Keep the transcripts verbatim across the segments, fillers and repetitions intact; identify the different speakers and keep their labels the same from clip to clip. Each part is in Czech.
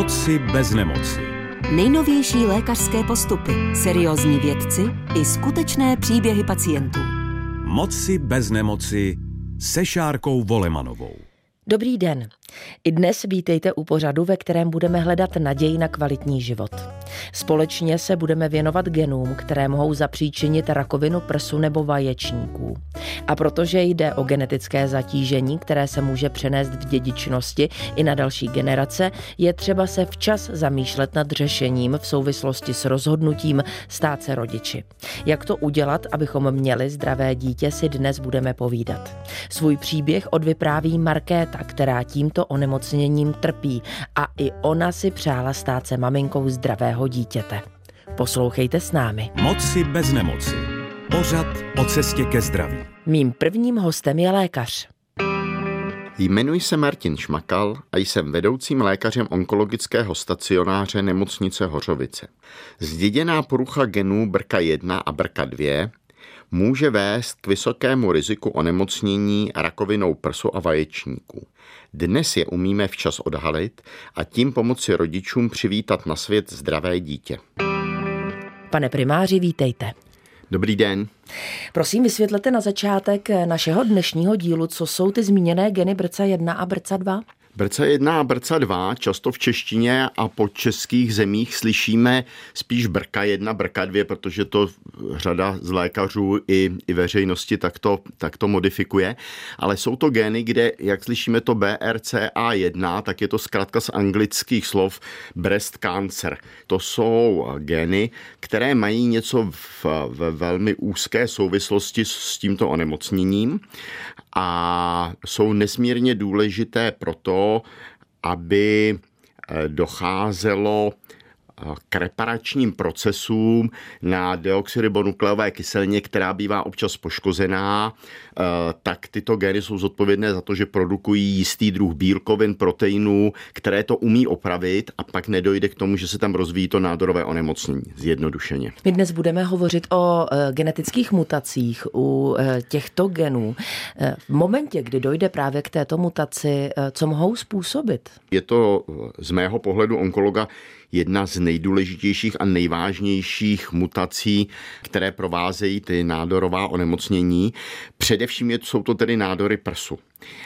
Speaker 1: Moci bez nemoci.
Speaker 2: Nejnovější lékařské postupy, seriózní vědci i skutečné příběhy pacientů.
Speaker 1: Moci bez nemoci se Šárkou Volemanovou.
Speaker 3: Dobrý den. I dnes vítejte u pořadu, ve kterém budeme hledat naději na kvalitní život. Společně se budeme věnovat genům, které mohou zapříčinit rakovinu prsu nebo vaječníků. A protože jde o genetické zatížení, které se může přenést v dědičnosti i na další generace, je třeba se včas zamýšlet nad řešením v souvislosti s rozhodnutím stát se rodiči. Jak to udělat, abychom měli zdravé dítě, si dnes budeme povídat. Svůj příběh odvypráví Markéta, která tímto onemocněním trpí, a i ona si přála stát se maminkou zdravého dítěte. Poslouchejte s námi.
Speaker 1: Moci bez nemoci. Pořad o cestě ke zdraví.
Speaker 3: Mým prvním hostem je lékař.
Speaker 4: Jmenuji se Martin Šmakal a jsem vedoucím lékařem onkologického stacionáře nemocnice Hořovice. Zděděná porucha genů B R C A jedna a B R C A dva může vést k vysokému riziku onemocnění rakovinou prsu a vaječníků. Dnes je umíme včas odhalit a tím pomoci rodičům přivítat na svět zdravé dítě.
Speaker 3: Pane primáři, vítejte.
Speaker 4: Dobrý den.
Speaker 3: Prosím, vysvětlete na začátek našeho dnešního dílu, co jsou ty zmíněné geny B R C A jedna a B R C A dva?
Speaker 4: B R C A jedna a B R C A dva často v češtině a po českých zemích slyšíme spíš B R C A jedna, B R C A dva, protože to řada z lékařů i, i veřejnosti takto, takto modifikuje. Ale jsou to gény, kde, jak slyšíme to B R C A jedna, tak je to zkrátka z anglických slov breast cancer. To jsou gény, které mají něco v, v velmi úzké souvislosti s tímto onemocněním a jsou nesmírně důležité proto, aby docházelo k reparačním procesům na deoxyribonukleové kyselině, která bývá občas poškozená, tak tyto gény jsou zodpovědné za to, že produkují jistý druh bílkovin, proteinů, které to umí opravit a pak nedojde k tomu, že se tam rozvíjí to nádorové onemocnění, zjednodušeně.
Speaker 3: My dnes budeme hovořit o genetických mutacích u těchto genů. V momentě, kdy dojde právě k této mutaci, co mohou způsobit?
Speaker 4: Je to z mého pohledu onkologa jedna z nejdůležitějších a nejvážnějších mutací, které provázejí ty nádorová onemocnění. Především jsou to tedy nádory prsu.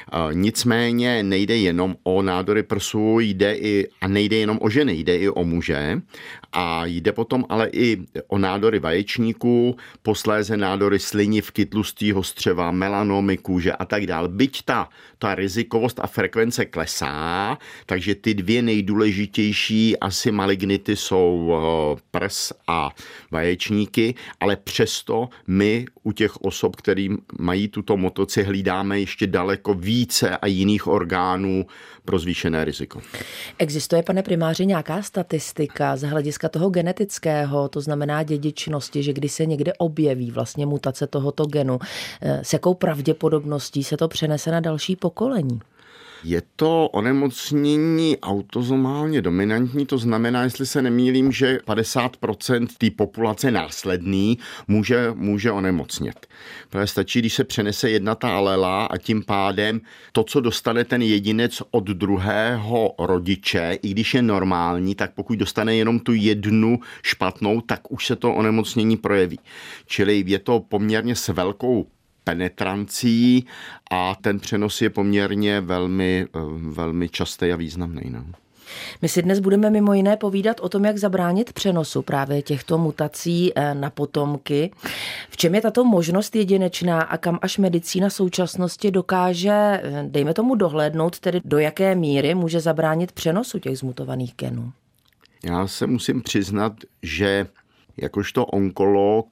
Speaker 4: Nicméně nejde jenom o nádory prsu, jde i, a nejde jenom o ženy, jde i o muže a jde potom ale i o nádory vaječníků, posléze nádory sliniv, kytlustého střeva, melanomy kůže a tak dále. Byť ta, ta rizikovost a frekvence klesá, takže ty dvě nejdůležitější asi malignity jsou prs a vaječníky, ale přesto my u těch osob, který mají tuto mutaci, hlídáme ještě daleko více a jiných orgánů pro zvýšené riziko. Existuje,
Speaker 3: pane primáři, nějaká statistika z hlediska toho genetického, to znamená dědičnosti, že když se někde objeví vlastně mutace tohoto genu, s jakou pravděpodobností se to přenese na další pokolení?
Speaker 4: Je to onemocnění autozomálně dominantní, to znamená, jestli se nemýlím, že padesát procent té populace následný může, může onemocnět. Protože stačí, když se přenese jedna ta alela a tím pádem to, co dostane ten jedinec od druhého rodiče, i když je normální, tak pokud dostane jenom tu jednu špatnou, tak už se to onemocnění projeví. Čili je to poměrně s velkou penetrancí a ten přenos je poměrně velmi, velmi častý a významný. No.
Speaker 3: My si dnes budeme mimo jiné povídat o tom, jak zabránit přenosu právě těchto mutací na potomky. V čem je tato možnost jedinečná a kam až medicína současnosti dokáže, dejme tomu, dohlédnout, tedy do jaké míry může zabránit přenosu těch zmutovaných genů?
Speaker 4: Já se musím přiznat, že jakožto onkolog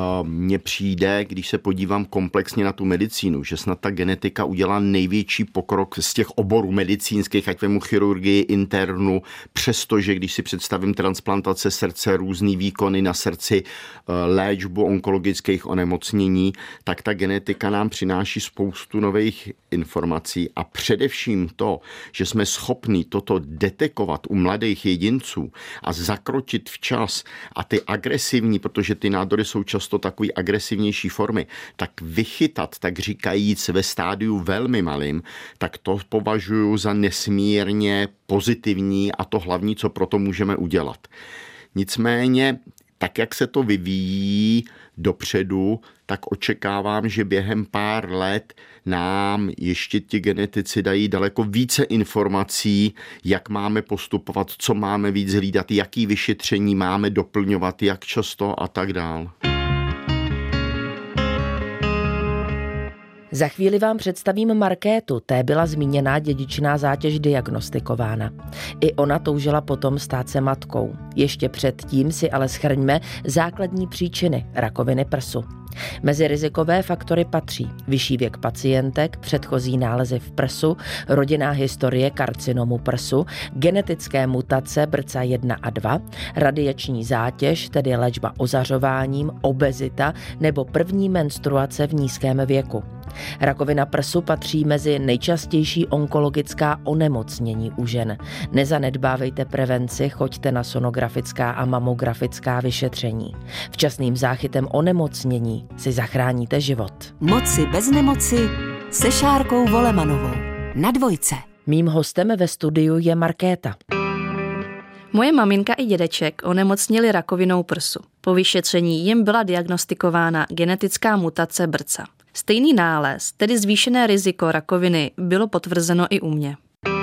Speaker 4: mně přijde, když se podívám komplexně na tu medicínu, že snad ta genetika udělá největší pokrok z těch oborů medicínských, ať vemu chirurgii, internu, přestože když si představím transplantace srdce, různý výkony na srdci, léčbu onkologických onemocnění, tak ta genetika nám přináší spoustu nových informací a především to, že jsme schopni toto detekovat u mladých jedinců a zakročit včas a ty agresivní agresivní, protože ty nádory jsou často takový agresivnější formy, tak vychytat, tak říkajíc, ve stádiu velmi malým, tak to považuji za nesmírně pozitivní a to hlavní, co pro to můžeme udělat. Nicméně, tak jak se to vyvíjí dopředu, tak očekávám, že během pár let nám ještě ti genetici dají daleko více informací, jak máme postupovat, co máme víc hlídat, jaký vyšetření máme doplňovat, jak často a tak dál.
Speaker 3: Za chvíli vám představím Markétu, té byla zmíněná dědičná zátěž diagnostikována. I ona toužila potom stát se matkou. Ještě předtím si ale shrňme základní příčiny rakoviny prsu. Mezi rizikové faktory patří vyšší věk pacientek, předchozí nálezy v prsu, rodinná historie karcinomu prsu, genetické mutace B R C A jedna a dva, radiační zátěž, tedy léčba ozařováním, obezita nebo první menstruace v nízkém věku. Rakovina prsu patří mezi nejčastější onkologická onemocnění u žen. Nezanedbávejte prevenci, choďte na sonografická a mamografická vyšetření. Včasným záchytem onemocnění si zachráníte život.
Speaker 2: Moci bez nemoci se Šárkou Volemanovou na Dvojce.
Speaker 3: Mým hostem ve studiu je Markéta.
Speaker 5: Moje maminka i dědeček onemocnili rakovinou prsu. Po vyšetření jim byla diagnostikována genetická mutace B R C A. Stejný nález, tedy zvýšené riziko rakoviny, bylo potvrzeno i u mě.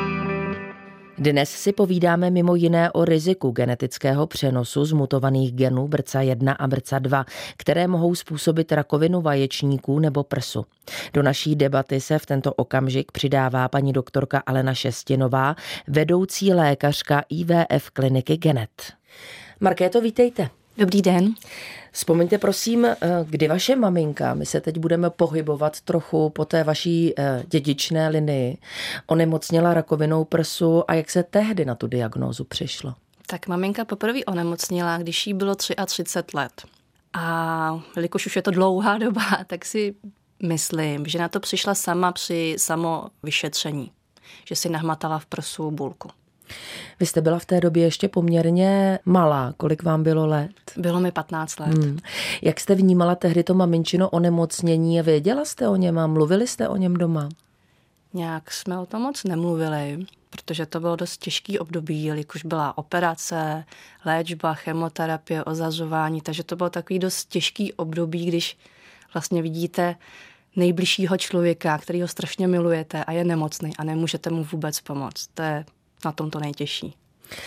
Speaker 3: Dnes si povídáme mimo jiné o riziku genetického přenosu zmutovaných genů B R C A jedna a B R C A dva, které mohou způsobit rakovinu vaječníků nebo prsu. Do naší debaty se v tento okamžik přidává paní doktorka Alena Šestinová, vedoucí lékařka I V F kliniky Genet. Markéto, vítejte.
Speaker 5: Dobrý den.
Speaker 3: Vzpomeňte prosím, kdy vaše maminka, my se teď budeme pohybovat trochu po té vaší dědičné linii, onemocněla rakovinou prsu a jak se tehdy na tu diagnózu přišlo?
Speaker 5: Tak maminka poprvé onemocněla, když jí bylo třicet tři let. A jelikož už je to dlouhá doba, tak si myslím, že na to přišla sama při samovyšetření, že si nahmatala v prsu bulku.
Speaker 3: Vy jste byla v té době ještě poměrně malá. Kolik vám bylo let?
Speaker 5: Bylo mi patnáct let.
Speaker 3: Hmm. Jak jste vnímala tehdy to maminčino onemocnění? Věděla jste o něm a mluvili jste o něm doma?
Speaker 5: Nějak jsme o tom moc nemluvili, protože to bylo dost těžký období, jelikož byla operace, léčba, chemoterapie, ozařování, takže to bylo takový dost těžký období, když vlastně vidíte nejbližšího člověka, kterýho strašně milujete a je nemocný a nemůžete mu vůbec pomoct. To je na tom to nejtěžší.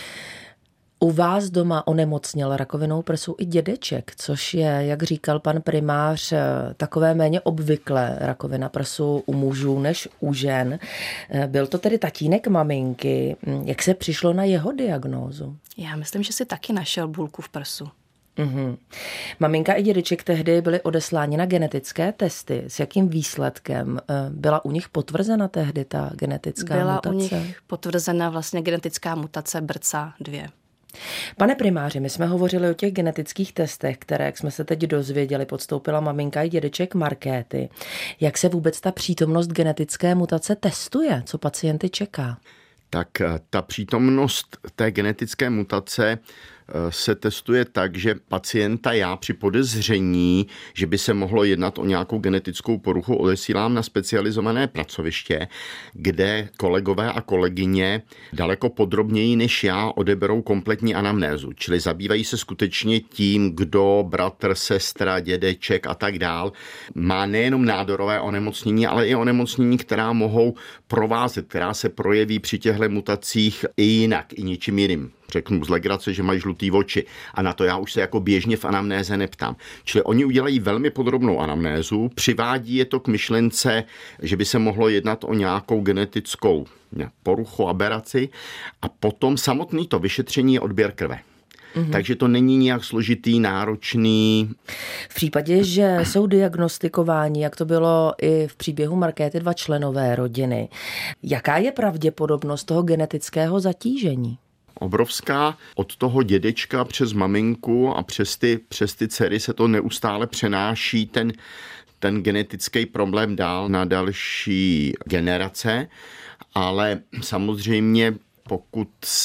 Speaker 3: U vás doma onemocněl rakovinou prsu i dědeček, což je, jak říkal pan primář, takové méně obvyklé rakovina prsu u mužů než u žen. Byl to tedy tatínek maminky. Jak se přišlo na jeho diagnózu?
Speaker 5: Já myslím, že si taky našel bulku v prsu.
Speaker 3: Uhum. Maminka i dědeček tehdy byli odesláni na genetické testy. S jakým výsledkem? Byla u nich potvrzena tehdy ta genetická
Speaker 5: Byla
Speaker 3: mutace?
Speaker 5: Byla u nich potvrzena vlastně genetická mutace B R C A dva.
Speaker 3: Pane primáři, my jsme hovořili o těch genetických testech, které, jak jsme se teď dozvěděli, podstoupila maminka i dědeček Markéty. Jak se vůbec ta přítomnost genetické mutace testuje? Co pacienty čeká?
Speaker 4: Tak ta přítomnost té genetické mutace se testuje tak, že pacienta já při podezření, že by se mohlo jednat o nějakou genetickou poruchu, odesílám na specializované pracoviště, kde kolegové a kolegyně daleko podrobněji než já odeberou kompletní anamnézu. Čili zabývají se skutečně tím, kdo, bratr, sestra, dědeček a tak dál má nejenom nádorové onemocnění, ale i onemocnění, která mohou provázet, která se projeví při těchto mutacích i jinak, i ničím jiným. Řeknu z legrace, že mají žlutý oči a na to já už se jako běžně v anamnéze neptám. Čili oni udělají velmi podrobnou anamnézu, přivádí je to k myšlence, že by se mohlo jednat o nějakou genetickou poruchu, aberaci a potom samotný to vyšetření je odběr krve. Mm-hmm. Takže to není nějak složitý, náročný.
Speaker 3: V případě, že jsou diagnostikováni, jak to bylo i v příběhu Markéty, dva členové rodiny, jaká je pravděpodobnost toho genetického zatížení?
Speaker 4: Obrovská. Od toho dědečka přes maminku a přes ty, přes ty dcery se to neustále přenáší ten, ten genetický problém dál na další generace, ale samozřejmě pokud se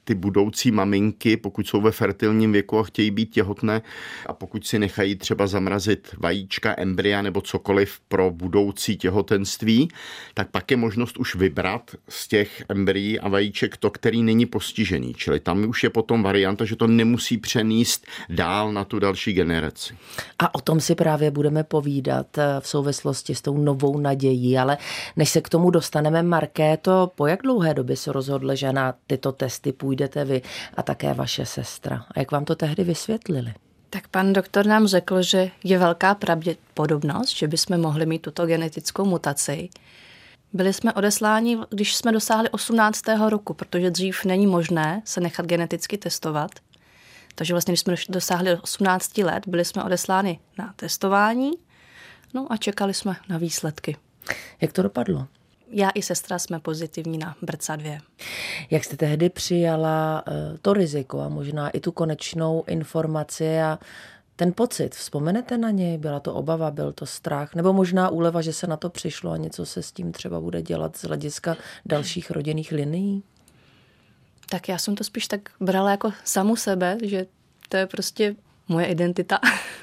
Speaker 4: ty budoucí maminky, pokud jsou ve fertilním věku a chtějí být těhotné a pokud si nechají třeba zamrazit vajíčka, embrya nebo cokoliv pro budoucí těhotenství, tak pak je možnost už vybrat z těch embryí a vajíček to, který není postižený. Čili tam už je potom varianta, že to nemusí přenést dál na tu další generaci.
Speaker 3: A o tom si právě budeme povídat v souvislosti s tou novou nadějí, ale než se k tomu dostaneme, Markéto, po jak dlouhé době se rozhodl, že na tyto testy půjdete vy a také vaše sestra? A jak vám to tehdy vysvětlili?
Speaker 5: Tak pan doktor nám řekl, že je velká pravděpodobnost, že bychom mohli mít tuto genetickou mutaci. Byli jsme odesláni, když jsme dosáhli osmnáctého roku, protože dřív není možné se nechat geneticky testovat. Takže vlastně, když jsme dosáhli osmnácti let, byli jsme odesláni na testování, no a čekali jsme na výsledky.
Speaker 3: Jak to dopadlo?
Speaker 5: Já i sestra jsme pozitivní na B R C A dva.
Speaker 3: Jak jste tehdy přijala to riziko a možná i tu konečnou informaci a ten pocit, vzpomenete na něj? Byla to obava, byl to strach? Nebo možná úleva, že se na to přišlo a něco se s tím třeba bude dělat z hlediska dalších rodinných linií?
Speaker 5: Tak já jsem to spíš tak brala jako samu sebe, že to je prostě moje identita.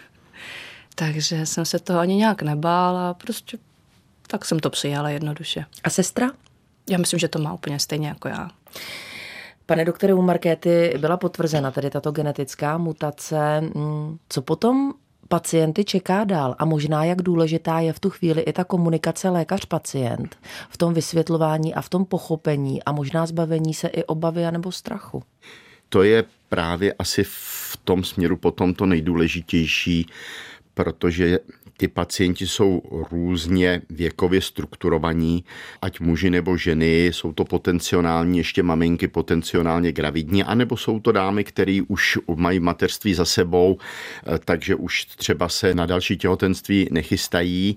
Speaker 5: Takže jsem se toho ani nějak nebála, prostě tak jsem to přijala jednoduše.
Speaker 3: A sestra?
Speaker 5: Já myslím, že to má úplně stejně jako já.
Speaker 3: Pane doktore, u Markéty byla potvrzena tedy tato genetická mutace. Co potom pacienty čeká dál? A možná jak důležitá je v tu chvíli i ta komunikace lékař-pacient v tom vysvětlování a v tom pochopení a možná zbavení se i obavy anebo strachu?
Speaker 4: To je právě asi v tom směru potom to nejdůležitější, protože ty pacienti jsou různě věkově strukturovaní, ať muži nebo ženy, jsou to potenciální ještě maminky, potenciálně gravidní, anebo jsou to dámy, které už mají mateřství za sebou, takže už třeba se na další těhotenství nechystají.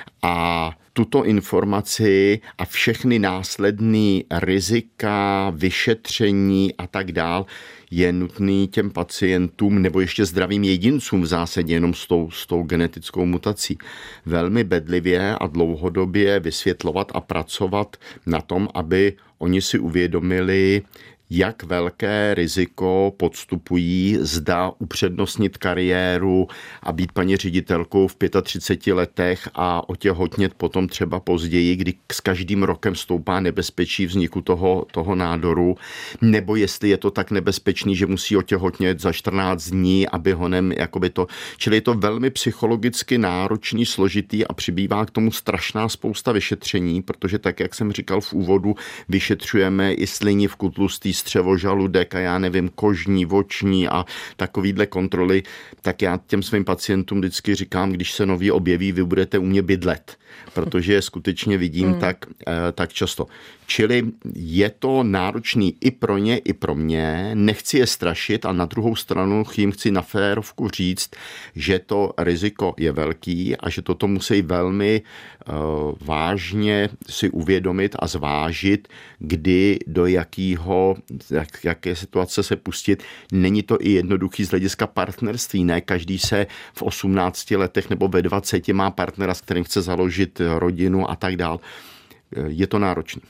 Speaker 4: A tuto informaci a všechny následné rizika, vyšetření a tak dál je nutný těm pacientům nebo ještě zdravým jedincům v zásadě jenom s tou, s tou genetickou mutací velmi bedlivě a dlouhodobě vysvětlovat a pracovat na tom, aby oni si uvědomili, jak velké riziko podstupují, zda upřednostnit kariéru a být paní ředitelkou v třiceti pěti letech a otěhotnět potom třeba později, kdy s každým rokem stoupá nebezpečí vzniku toho, toho nádoru, nebo jestli je to tak nebezpečný, že musí otěhotnět za čtrnáct dní, aby honem jakoby to... Čili je to velmi psychologicky náročný, složitý a přibývá k tomu strašná spousta vyšetření, protože tak, jak jsem říkal v úvodu, vyšetřujeme i slinivku, tlustý střevo, žaludek a já nevím, kožní, oční a takovýhle kontroly, tak já těm svým pacientům vždycky říkám, když se nový objeví, vy budete u mě bydlet, protože je skutečně vidím hmm. tak, tak často. Čili je to náročný i pro ně, i pro mě. Nechci je strašit a na druhou stranu jim chci na férovku říct, že to riziko je velký a že toto musí velmi uh, vážně si uvědomit a zvážit, kdy do jakého, jak, jaké situace se pustit. Není to i jednoduchý z hlediska partnerství. Ne každý se v osmnácti letech nebo ve dvaceti má partnera, s kterým chce založit rodinu a tak dál. Je to náročné.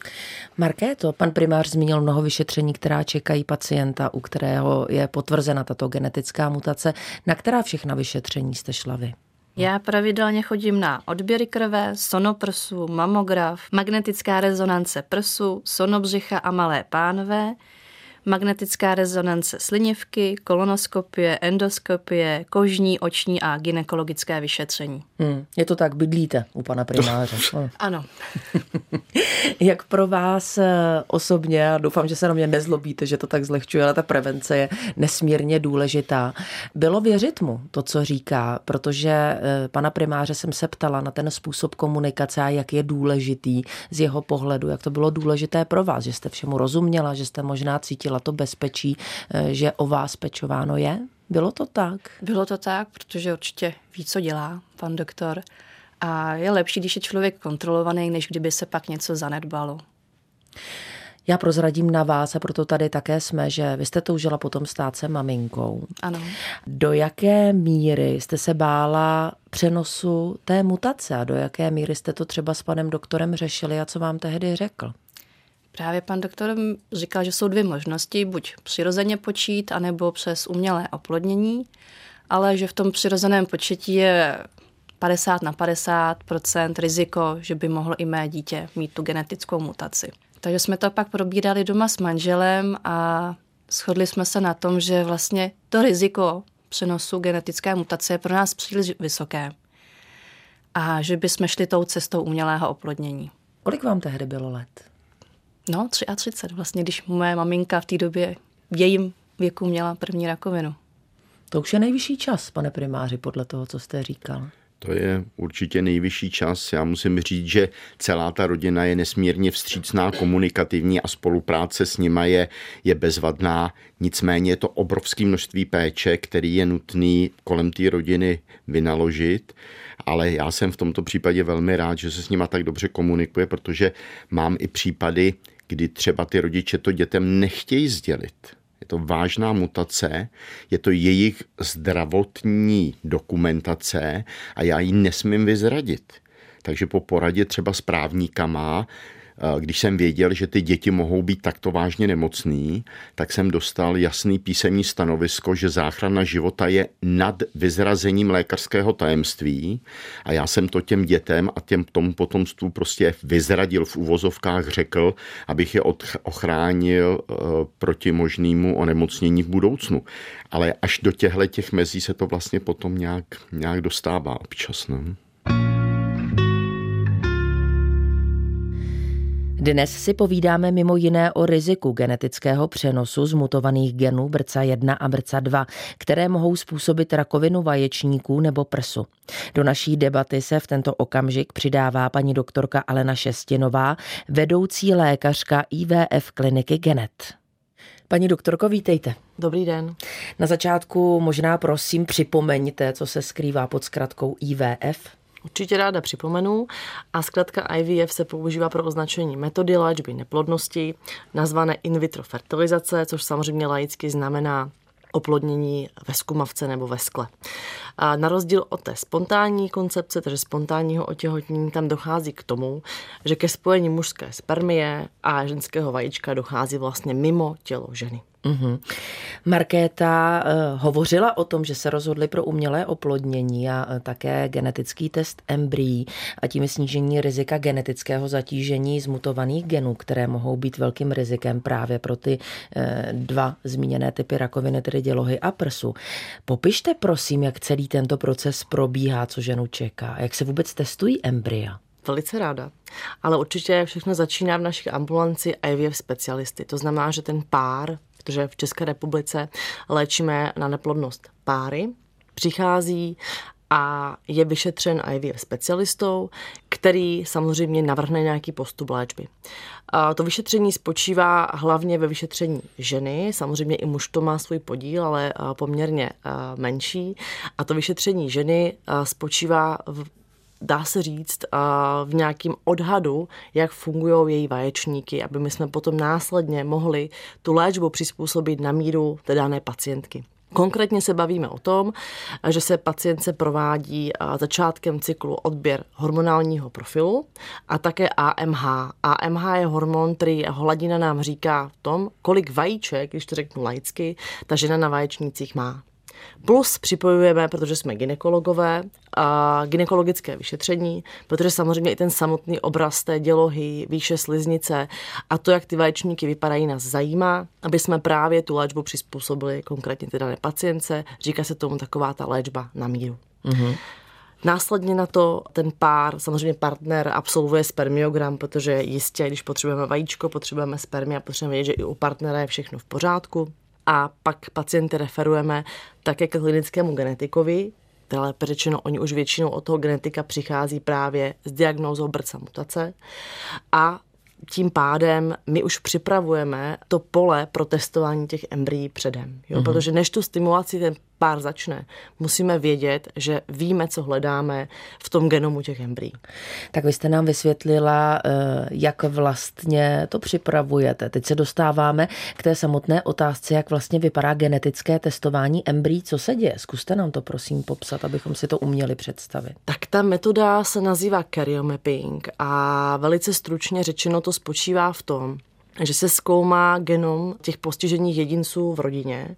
Speaker 3: Markéto, pan primář zmínil mnoho vyšetření, která čekají pacienta, u kterého je potvrzena tato genetická mutace. Na která všechna vyšetření jste šla vy?
Speaker 5: Já pravidelně chodím na odběry krve, sonoprsu, mamograf, magnetická rezonance prsu, sonobřicha a malé pánve, magnetická rezonance slinivky, kolonoskopie, endoskopie, kožní, oční a gynekologické vyšetření.
Speaker 3: Hmm, je to tak, bydlíte u pana primáře.
Speaker 5: Hmm. Ano.
Speaker 3: Jak pro vás osobně, a doufám, že se na mě nezlobíte, že to tak zlehčuje, ale ta prevence je nesmírně důležitá. Bylo věřit mu to, co říká, protože pana primáře jsem se ptala na ten způsob komunikace a jak je důležitý z jeho pohledu, jak to bylo důležité pro vás, že jste všemu rozuměla, že jste možná cítila to bezpečí, že o vás pečováno je? Bylo to tak?
Speaker 5: Bylo to tak, protože určitě ví, co dělá pan doktor. A je lepší, když je člověk kontrolovaný, než kdyby se pak něco zanedbalo.
Speaker 3: Já prozradím na vás a proto tady také jsme, že vy jste toužila potom stát se maminkou.
Speaker 5: Ano.
Speaker 3: Do jaké míry jste se bála přenosu té mutace a do jaké míry jste to třeba s panem doktorem řešili a co vám tehdy řekl?
Speaker 5: Právě pan doktor říkal, že jsou dvě možnosti, buď přirozeně počít, anebo přes umělé oplodnění, ale že v tom přirozeném početí je padesát na padesát procent riziko, že by mohlo i mé dítě mít tu genetickou mutaci. Takže jsme to pak probírali doma s manželem a shodli jsme se na tom, že vlastně to riziko přenosu genetické mutace je pro nás příliš vysoké a že bychom šli tou cestou umělého oplodnění.
Speaker 3: Kolik vám tehdy bylo let?
Speaker 5: No, třicet tři, vlastně, když moje maminka v té době v jejím věku měla první rakovinu.
Speaker 3: To už je nejvyšší čas, pane primáři, podle toho, co jste říkal.
Speaker 4: To je určitě nejvyšší čas. Já musím říct, že celá ta rodina je nesmírně vstřícná, komunikativní a spolupráce s nima je, je bezvadná. Nicméně je to obrovské množství péče, který je nutný kolem té rodiny vynaložit. Ale já jsem v tomto případě velmi rád, že se s nima tak dobře komunikuje, protože mám i případy, kdy třeba ty rodiče to dětem nechtějí sdělit. Je to vážná mutace, je to jejich zdravotní dokumentace a já ji nesmím vyzradit. Takže po poradě třeba s právníkama, když jsem věděl, že ty děti mohou být takto vážně nemocný, tak jsem dostal jasný písemný stanovisko, že záchrana života je nad vyzrazením lékařského tajemství a já jsem to těm dětem a těm tomu potomstvu prostě vyzradil, v uvozovkách řekl, abych je ochránil proti možnému onemocnění v budoucnu. Ale až do těchto těch mezí se to vlastně potom nějak, nějak dostává občas. No?
Speaker 3: Dnes si povídáme mimo jiné o riziku genetického přenosu zmutovaných genů B R C A jedna a B R C A dva, které mohou způsobit rakovinu vaječníků nebo prsu. Do naší debaty se v tento okamžik přidává paní doktorka Alena Šestinová, vedoucí lékařka I V F kliniky Genet. Paní doktorko, vítejte.
Speaker 6: Dobrý den.
Speaker 3: Na začátku možná prosím připomeňte, co se skrývá pod zkratkou I V F.
Speaker 6: Určitě ráda připomenu a zkratka I V F se používá pro označení metody léčby neplodnosti, nazvané in vitro fertilizace, což samozřejmě laicky znamená oplodnění ve zkumavce nebo ve skle. A na rozdíl od té spontánní koncepce, takže spontánního otěhotnění, tam dochází k tomu, že ke spojení mužské spermie a ženského vajíčka dochází vlastně mimo tělo ženy.
Speaker 3: Uhum. Markéta uh, hovořila o tom, že se rozhodli pro umělé oplodnění a uh, také genetický test embryí a tím snížení rizika genetického zatížení zmutovaných genů, které mohou být velkým rizikem právě pro ty uh, dva zmíněné typy rakoviny, tedy dělohy a prsu. Popište prosím, jak celý tento proces probíhá, co ženu čeká, jak se vůbec testují embrya.
Speaker 6: Velice ráda. Ale určitě všechno začíná v naší ambulanci I V F specialisty. To znamená, že ten pár, protože v České republice léčíme na neplodnost páry, přichází a je vyšetřen I V F specialistou, který samozřejmě navrhne nějaký postup léčby. A to vyšetření spočívá hlavně ve vyšetření ženy, samozřejmě i muž to má svůj podíl, ale poměrně menší. A to vyšetření ženy spočívá v dá se říct, v nějakým odhadu, jak fungují její vaječníky, aby my jsme potom následně mohli tu léčbu přizpůsobit na míru té dané pacientky. Konkrétně se bavíme o tom, že se pacientce provádí začátkem cyklu odběr hormonálního profilu a také A M H. A M H je hormon, který hladina nám říká v tom, kolik vajíček, když to řeknu laicky, ta žena na vaječnících má. Plus připojujeme, protože jsme gynekologové, a gynekologické vyšetření, protože samozřejmě i ten samotný obraz té dělohy, výše sliznice a to, jak ty vaječníky vypadají, nás zajímá, aby jsme právě tu léčbu přizpůsobili konkrétně té dané pacientce. Říká se tomu taková ta léčba na míru. Mm-hmm. Následně na to ten pár, samozřejmě partner, absolvuje spermiogram, protože jistě, když potřebujeme vajíčko, potřebujeme spermia, potřebujeme vědět, že i u partnera je všechno v pořádku. A pak pacienty referujeme také k klinickému genetikovi, teda lépe řečeno, oni už většinou od toho genetika přichází právě s diagnózou B R C A mutace a tím pádem my už připravujeme to pole pro testování těch embryí předem. Jo? Mm-hmm. Protože než tu stimulaci ten pár začne, musíme vědět, že víme, co hledáme v tom genomu těch embryí.
Speaker 3: Tak vy jste nám vysvětlila, jak vlastně to připravujete. Teď se dostáváme k té samotné otázce, jak vlastně vypadá genetické testování embryí. Co se děje? Zkuste nám to prosím popsat, abychom si to uměli představit.
Speaker 6: Tak ta metoda se nazývá karyomapping a velice stručně řečeno to spočívá v tom, že se zkoumá genom těch postižených jedinců v rodině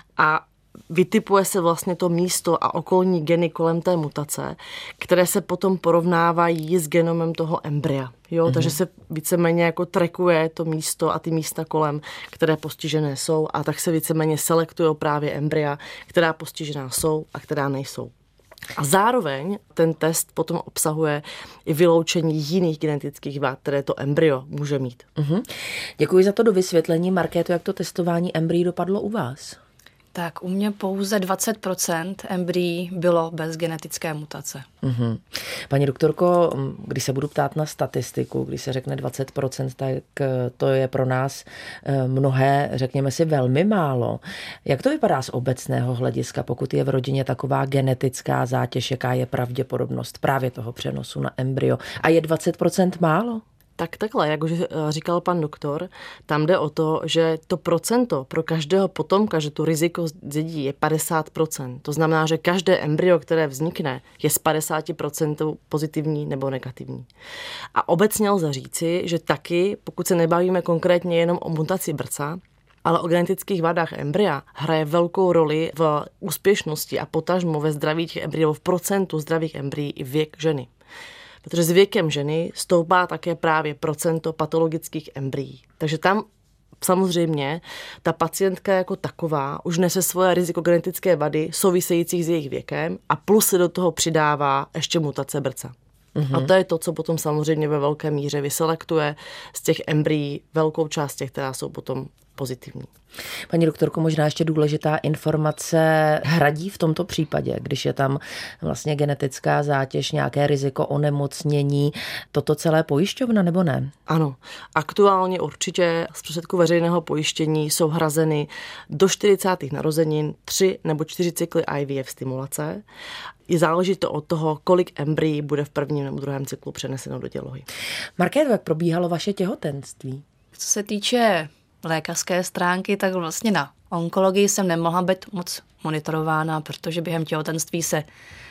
Speaker 6: a vytipuje se vlastně to místo a okolní geny kolem té mutace, které se potom porovnávají s genomem toho embrya. Jo? Mm-hmm. Takže se víceméně jako trackuje to místo a ty místa kolem, které postižené jsou, a tak se víceméně selektují právě embrya, která postižená jsou a která nejsou. A zároveň ten test potom obsahuje i vyloučení jiných genetických vad, které to embryo může mít.
Speaker 3: Mm-hmm. Děkuji za to do vysvětlení. Markéto, jak to testování embryí dopadlo u vás?
Speaker 5: Tak u mě pouze dvacet procent embryí bylo bez genetické mutace.
Speaker 3: Mm-hmm. Paní doktorko, když se budu ptát na statistiku, když se řekne dvacet procent, tak to je pro nás mnohé, řekněme si, velmi málo. Jak to vypadá z obecného hlediska, pokud je v rodině taková genetická zátěž, jaká je pravděpodobnost právě toho přenosu na embryo? A je dvacet procent málo?
Speaker 6: Tak takhle, jak už říkal pan doktor, tam jde o to, že to procento pro každého potomka, že to riziko dědí je padesát procent. To znamená, že každé embryo, které vznikne, je z padesát procent pozitivní nebo negativní. A obecně lze říci, že taky, pokud se nebavíme konkrétně jenom o mutaci brca, ale o genetických vadách embrya, hraje velkou roli v úspěšnosti a potažmo ve zdraví těch embryí, v procentu zdravých embryí i věk ženy. Protože s věkem ženy stoupá také právě procento patologických embryí. Takže tam samozřejmě ta pacientka jako taková už nese svoje riziko genetické vady souvisejících s jejich věkem a plus se do toho přidává ještě mutace brca. Mm-hmm. A to je to, co potom samozřejmě ve velké míře vyselektuje z těch embryí velkou část těch, která jsou potom pozitivní.
Speaker 3: Paní doktorko, možná ještě důležitá informace, hradí v tomto případě, když je tam vlastně genetická zátěž, nějaké riziko onemocnění, toto celé pojišťovna nebo ne?
Speaker 6: Ano, aktuálně určitě z prostředku veřejného pojištění jsou hrazeny do čtyřicátých narozenin tři nebo čtyři cykly I V F stimulace. Je záleží to od toho, kolik embryí bude v prvním nebo druhém cyklu přeneseno do dělohy.
Speaker 3: Markéto, jak probíhalo vaše těhotenství?
Speaker 5: Co se týče lékařské stránky, tak vlastně na onkologii jsem nemohla být moc monitorována, protože během těhotenství se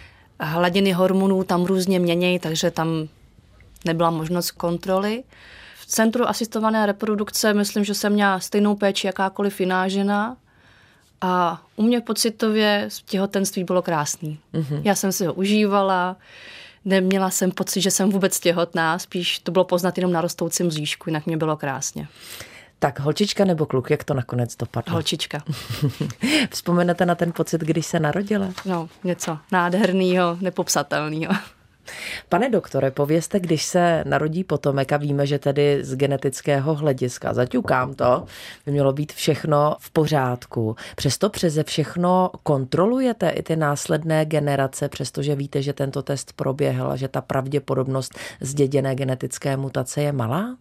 Speaker 5: hladiny hormonů tam různě měnějí, takže tam nebyla možnost kontroly. V centru asistované reprodukce myslím, že jsem měla stejnou péči jakákoliv jiná žena a u mě pocitově těhotenství bylo krásný. Mm-hmm. Já jsem si ho užívala, neměla jsem pocit, že jsem vůbec těhotná, spíš to bylo poznat jenom na rostoucím bříšku, jinak mě bylo krásně.
Speaker 3: Tak holčička nebo kluk, jak to nakonec dopadlo?
Speaker 5: Holčička.
Speaker 3: Vzpomenete na ten pocit, když se narodila?
Speaker 5: No, něco nádhernýho, nepopsatelného.
Speaker 3: Pane doktore, povězte, když se narodí potomek a víme, že tedy z genetického hlediska, zaťukám to, by mělo být všechno v pořádku. Přesto přeze všechno kontrolujete i ty následné generace, přestože víte, že tento test proběhl a že ta pravděpodobnost zděděné genetické mutace je malá?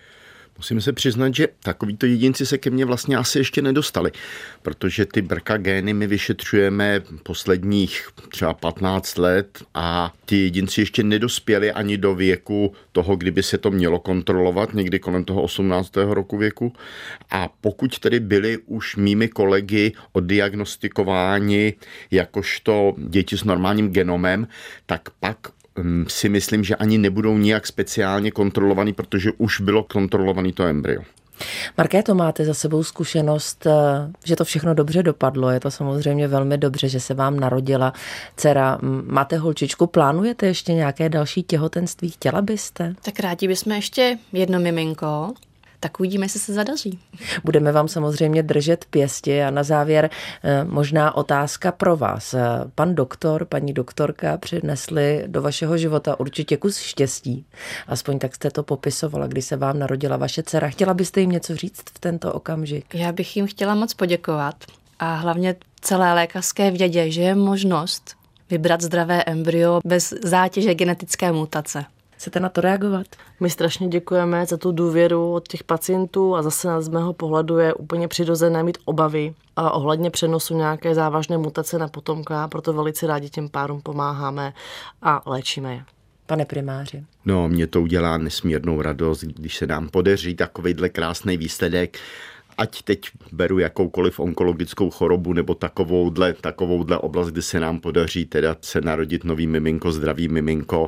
Speaker 4: Musím se přiznat, že takovýto jedinci se ke mně vlastně asi ještě nedostali, protože ty brka gény my vyšetřujeme posledních třeba patnáct let a ty jedinci ještě nedospěli ani do věku toho, kdyby se to mělo kontrolovat, někdy kolem toho osmnáctého roku věku. A pokud tedy byli už mými kolegy oddiagnostikováni jakožto děti s normálním genomem, tak pak si myslím, že ani nebudou nijak speciálně kontrolovaný, protože už bylo kontrolovaný to embryo.
Speaker 3: Markéto, máte za sebou zkušenost, že to všechno dobře dopadlo. Je to samozřejmě velmi dobře, že se vám narodila dcera. Máte holčičku, plánujete ještě nějaké další těhotenství? Chtěla byste?
Speaker 5: Tak rádi bychom ještě jedno miminko. Tak uvidíme, jestli se zadaří.
Speaker 3: Budeme vám samozřejmě držet pěsti a na závěr možná otázka pro vás. Pan doktor, paní doktorka přinesli do vašeho života určitě kus štěstí. Aspoň tak jste to popisovala, když se vám narodila vaše dcera. Chtěla byste jim něco říct v tento okamžik?
Speaker 5: Já bych jim chtěla moc poděkovat a hlavně celé lékařské vědě, že je možnost vybrat zdravé embryo bez zátěže genetické mutace.
Speaker 3: Chcete na to reagovat?
Speaker 6: My strašně děkujeme za tu důvěru od těch pacientů a zase z mého pohledu je úplně přirozené mít obavy a ohledně přenosu nějaké závažné mutace na potomka, proto velice rádi těm párům pomáháme a léčíme je.
Speaker 3: Pane primáři.
Speaker 4: No, mě to udělá nesmírnou radost, když se nám podaří takovejhle krásný výsledek. Ať teď beru jakoukoliv onkologickou chorobu nebo takovouhle, takovouhle oblast, kdy se nám podaří teda se narodit nový miminko, zdravý miminko,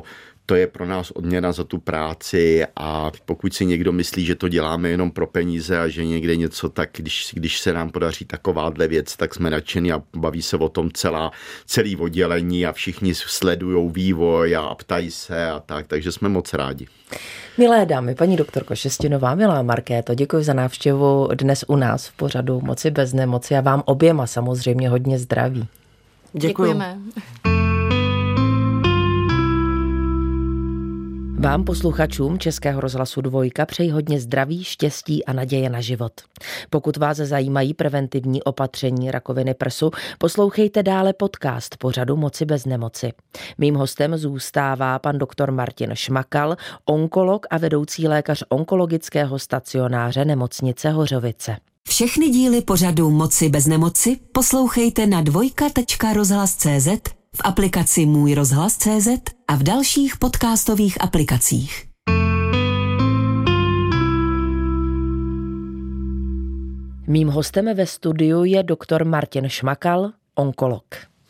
Speaker 4: to je pro nás odměna za tu práci a pokud si někdo myslí, že to děláme jenom pro peníze a že někde něco, tak když, když se nám podaří takováhle věc, tak jsme nadšení a baví se o tom celá, celý oddělení a všichni sledují vývoj a ptají se a tak, takže jsme moc rádi.
Speaker 3: Milé dámy, paní doktorko Šestinová, milá Markéto, děkuji za návštěvu dnes u nás v pořadu Moci bez nemoci a vám oběma samozřejmě hodně zdraví.
Speaker 6: Děkuji.
Speaker 5: Děkujeme.
Speaker 3: Vám, posluchačům Českého rozhlasu Dvojka, přeji hodně zdraví, štěstí a naděje na život. Pokud vás zajímají preventivní opatření rakoviny prsu, poslouchejte dále podcast pořadu Moci bez nemoci. Mým hostem zůstává pan doktor Martin Šmakal, onkolog a vedoucí lékař onkologického stacionáře nemocnice Hořovice.
Speaker 2: Všechny díly pořadu Moci bez nemoci poslouchejte na dvojka tečka rozhlas tečka cé zet, v aplikaci Můj rozhlas tečka cé zet a v dalších podcastových aplikacích.
Speaker 3: Mým hostem ve studiu je doktor Martin Šmakal, onkolog.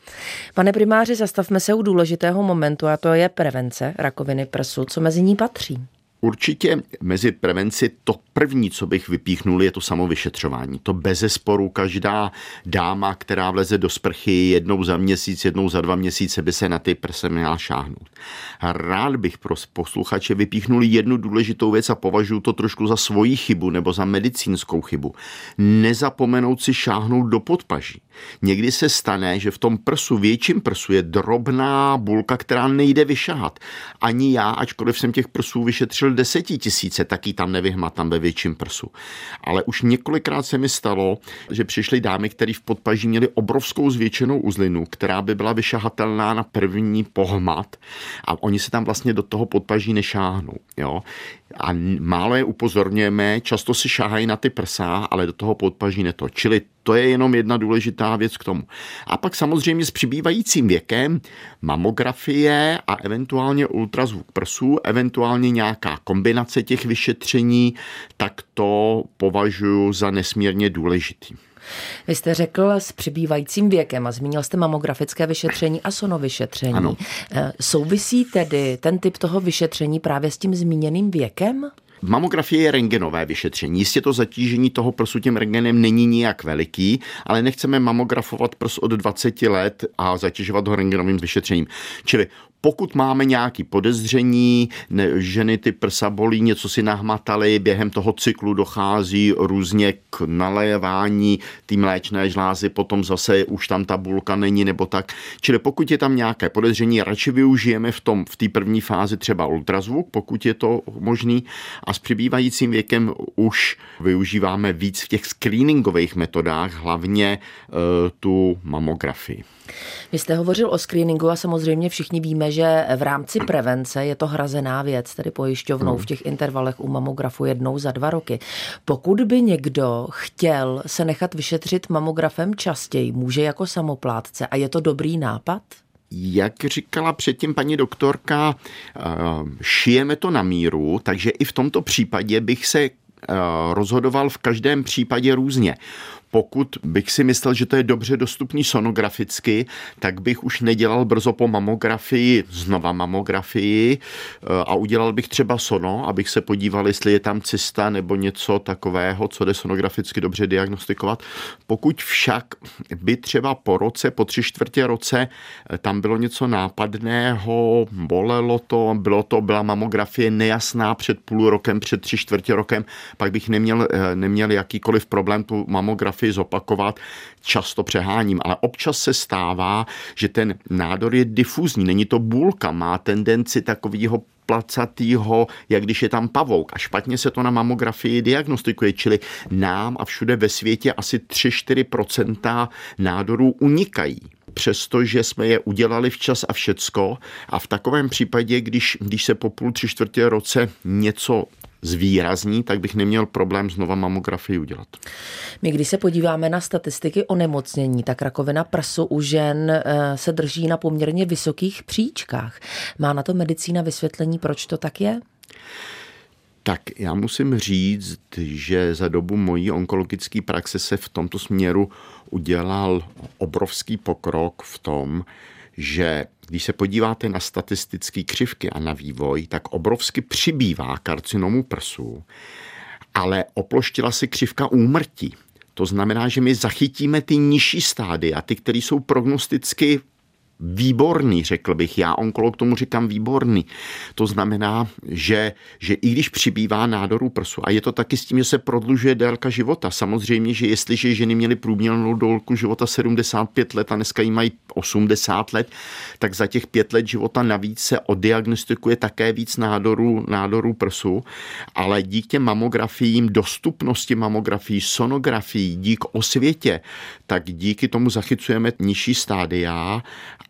Speaker 3: Pane primáři, zastavme se u důležitého momentu a to je prevence rakoviny prsu. Co mezi ní patří?
Speaker 4: Určitě mezi prevenci to první, co bych vypíchnul, je to samovyšetřování. To bezesporu každá dáma, která vleze do sprchy jednou za měsíc, jednou za dva měsíce, by se na ty prse měla šáhnout. Rád bych pro posluchače vypíchnul jednu důležitou věc a považuji to trošku za svoji chybu nebo za medicínskou chybu. Nezapomenout si šáhnout do podpaží. Někdy se stane, že v tom prsu, větším prsu je drobná bulka, která nejde vyšahat. Ani já, ačkoliv jsem těch prsů vyšetřil desetitisíce, tak ji tam nevyhmatám ve větším prsu. Ale už několikrát se mi stalo, že přišly dámy, které v podpaží měly obrovskou zvětšenou uzlinu, která by byla vyšahatelná na první pohmat a oni se tam vlastně do toho podpaží nešáhnou. Jo? A málo je upozorňujeme, často si šáhají na ty prsa, ale do toho podpaží ne to. Čili to je jenom jedna důležitá věc k tomu. A pak samozřejmě s přibývajícím věkem mamografie a eventuálně ultrazvuk prsů, eventuálně nějaká kombinace těch vyšetření, tak to považuji za nesmírně důležitý.
Speaker 3: Vy jste řekl s přibývajícím věkem a zmínil jste mamografické vyšetření a sonovyšetření.
Speaker 4: Ano.
Speaker 3: Souvisí tedy ten typ toho vyšetření právě s tím zmíněným věkem?
Speaker 4: Mamografie je rentgenové vyšetření. Jistě to zatížení toho prsu tím rentgenem není nijak veliký, ale nechceme mamografovat prs od dvaceti let a zatěžovat ho rentgenovým vyšetřením. Čili pokud máme nějaké podezření, ne, ženy ty prsa bolí, něco si nahmataly, během toho cyklu dochází různě k nalévání té mléčné žlázy, potom zase už tam ta bulka není nebo tak. Čili pokud je tam nějaké podezření, radši využijeme v tom v té první fázi třeba ultrazvuk, pokud je to možný, a s přibývajícím věkem už využíváme víc v těch screeningových metodách, hlavně e, tu mamografii.
Speaker 3: Vy jste hovořil o screeningu a samozřejmě všichni víme, že v rámci prevence je to hrazená věc, tedy pojišťovnou v těch intervalech u mamografu jednou za dva roky. Pokud by někdo chtěl se nechat vyšetřit mamografem častěji, může jako samoplátce a je to dobrý nápad?
Speaker 4: Jak říkala předtím paní doktorka, šijeme to na míru, takže i v tomto případě bych se rozhodoval v každém případě různě. Pokud bych si myslel, že to je dobře dostupný sonograficky, tak bych už nedělal brzo po mamografii znova mamografii a udělal bych třeba sono, abych se podíval, jestli je tam cysta nebo něco takového, co jde sonograficky dobře diagnostikovat. Pokud však by třeba po roce, po tři čtvrtě roce tam bylo něco nápadného, bolelo to, bylo to, byla mamografie nejasná před půl rokem, před tři čtvrtě rokem, pak bych neměl, neměl jakýkoliv problém tu mamografii zopakovat, často přeháním, ale občas se stává, že ten nádor je difuzní, není to bulka, má tendenci takového placatýho, jak když je tam pavouk a špatně se to na mamografii diagnostikuje, čili nám a všude ve světě asi tři až čtyři procenta nádorů unikají. Přestože jsme je udělali včas a všecko a v takovém případě, když, když se po půl tři čtvrtě roce něco zvýrazní, tak bych neměl problém znova mamografii udělat.
Speaker 3: My když se podíváme na statistiky onemocnění, tak rakovina prsu u žen se drží na poměrně vysokých příčkách. Má na to medicína vysvětlení, proč to tak je?
Speaker 4: Tak já musím říct, že za dobu mojí onkologické praxe se v tomto směru udělal obrovský pokrok v tom, že když se podíváte na statistické křivky a na vývoj, tak obrovsky přibývá karcinomu prsu, ale oploštila se křivka úmrtí. To znamená, že my zachytíme ty nižší stádia, ty, které jsou prognosticky výborný, řekl bych. Já onkolog tomu říkám výborný. To znamená, že, že i když přibývá nádorů prsu, a je to taky s tím, že se prodlužuje délka života. Samozřejmě, že jestliže ženy měly průměrnou délku života sedmdesát pět let a dneska jí mají osmdesát let, tak za těch pět let života navíc se oddiagnostikuje také víc nádorů, nádorů prsu, ale díky těm mamografiím, dostupnosti mamografií, sonografií, dík osvětě, tak díky tomu zachycujeme nižší stádia.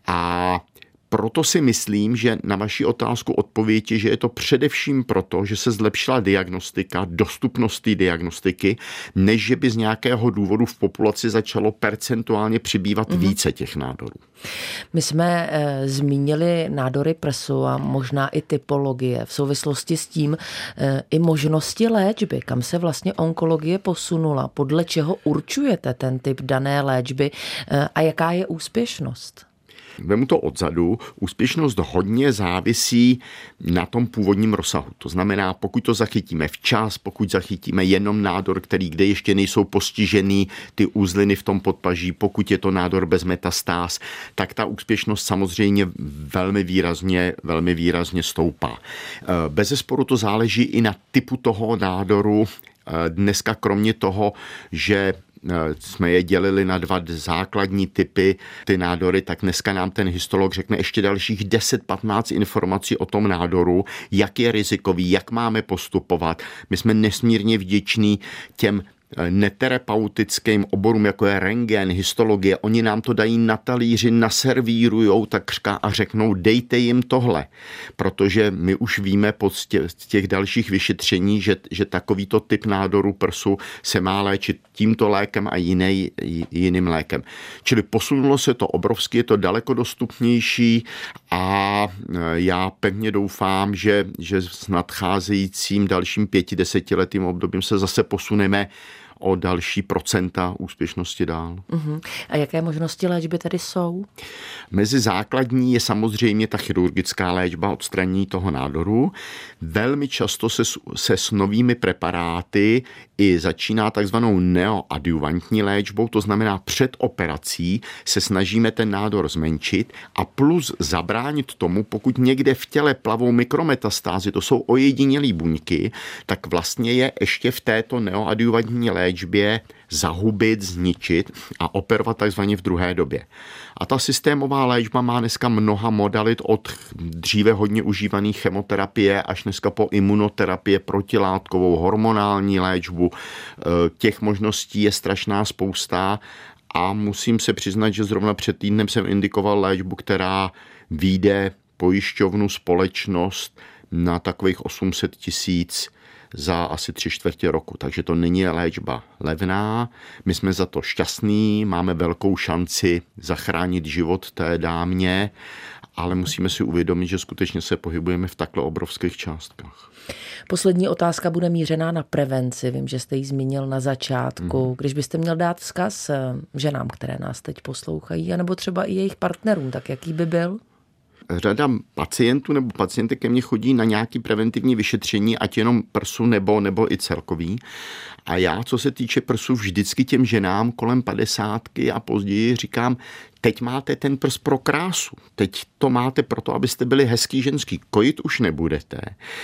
Speaker 4: A proto si myslím, že na vaši otázku odpověď je, že je to především proto, že se zlepšila diagnostika, dostupnost té diagnostiky, než že by z nějakého důvodu v populaci začalo percentuálně přibývat mm-hmm. více těch nádorů.
Speaker 3: My jsme e, zmínili nádory prsu a možná i typologie. V souvislosti s tím e, i možnosti léčby, kam se vlastně onkologie posunula, podle čeho určujete ten typ dané léčby e, a jaká je úspěšnost?
Speaker 4: Vemu to odzadu, úspěšnost hodně závisí na tom původním rozsahu. To znamená, pokud to zachytíme včas, pokud zachytíme jenom nádor, který, kde ještě nejsou postižený ty uzliny v tom podpaží, pokud je to nádor bez metastáz, tak ta úspěšnost samozřejmě velmi výrazně, velmi výrazně stoupá. Bezesporu to záleží i na typu toho nádoru. Dneska kromě toho, že jsme je dělili na dva základní typy ty nádory, tak dneska nám ten histolog řekne ještě dalších deset patnáct informací o tom nádoru, jak je rizikový, jak máme postupovat. My jsme nesmírně vděční těm neterapeutickým oborům, jako je rentgen, histologie, oni nám to dají na talíři, naservírujou takřka a řeknou, dejte jim tohle, protože my už víme z těch dalších vyšetření, že, že takovýto typ nádoru prsu se má léčit tímto lékem a jiný, jiným lékem. Čili posunulo se to obrovsky, je to daleko dostupnější a já pevně doufám, že, že s nadcházejícím dalším pěti, desetiletým obdobím se zase posuneme o další procenta úspěšnosti dál.
Speaker 3: Uh-huh. A jaké možnosti léčby tady jsou?
Speaker 4: Mezi základní je samozřejmě ta chirurgická léčba, odstranění toho nádoru. Velmi často se, se s novými preparáty i začíná takzvanou neoadjuvantní léčbou, to znamená před operací se snažíme ten nádor zmenšit a plus zabránit tomu, pokud někde v těle plavou mikrometastázy, to jsou ojedinělé buňky, tak vlastně je ještě v této neoadjuvantní léčbě zahubit, zničit a operovat takzvaně v druhé době. A ta systémová léčba má dneska mnoha modalit od dříve hodně užívané chemoterapie až dneska po imunoterapie, protilátkovou, hormonální léčbu. Těch možností je strašná spousta a musím se přiznat, že zrovna před týdnem jsem indikoval léčbu, která vyjde pojišťovnu společnost na takových osm set tisíc za asi tři čtvrtě roku. Takže to není léčba levná. My jsme za to šťastní, máme velkou šanci zachránit život té dámě, ale musíme si uvědomit, že skutečně se pohybujeme v takhle obrovských částkách.
Speaker 3: Poslední otázka bude mířená na prevenci. Vím, že jste ji zmínil na začátku. Mm. Když byste měl dát vzkaz ženám, které nás teď poslouchají, anebo třeba i jejich partnerům, tak jaký by byl?
Speaker 4: Řada pacientů nebo pacienty ke mně chodí na nějaké preventivní vyšetření, ať jenom prsu nebo, nebo i celkový. A já, co se týče prsu, vždycky těm ženám kolem padesátky a později říkám, teď máte ten prs pro krásu. Teď to máte proto, abyste byli hezký ženský. Kojit už nebudete.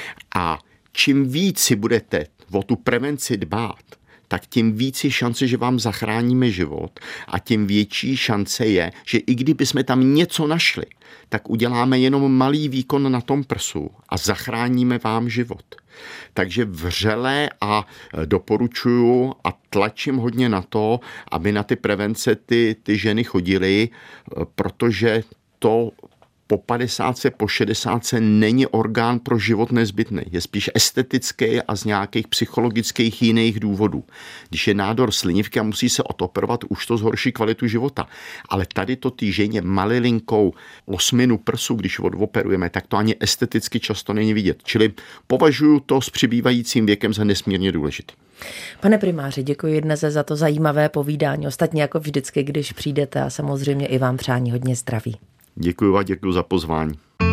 Speaker 4: A čím víc si budete o tu prevenci dbát, tak tím víc je šance, že vám zachráníme život a tím větší šance je, že i kdyby jsme tam něco našli, tak uděláme jenom malý výkon na tom prsu a zachráníme vám život. Takže vřele a doporučuju a tlačím hodně na to, aby na ty prevence ty, ty ženy chodily, protože to po padesátce, po šedesátce není orgán pro život nezbytný. Je spíš estetický a z nějakých psychologických jiných důvodů. Když je nádor slinivky a musí se odoperovat, už to zhorší kvalitu života. Ale tady to ty ženě malilinkou osminu prsu, když odoperujeme, tak to ani esteticky často není vidět. Čili považuji to s přibývajícím věkem za nesmírně důležitý.
Speaker 3: Pane primáři, děkuji dnes za to zajímavé povídání. Ostatně jako vždycky, když přijdete a samozřejmě i vám přání hodně zdraví.
Speaker 4: Děkuji a děkuji za pozvání.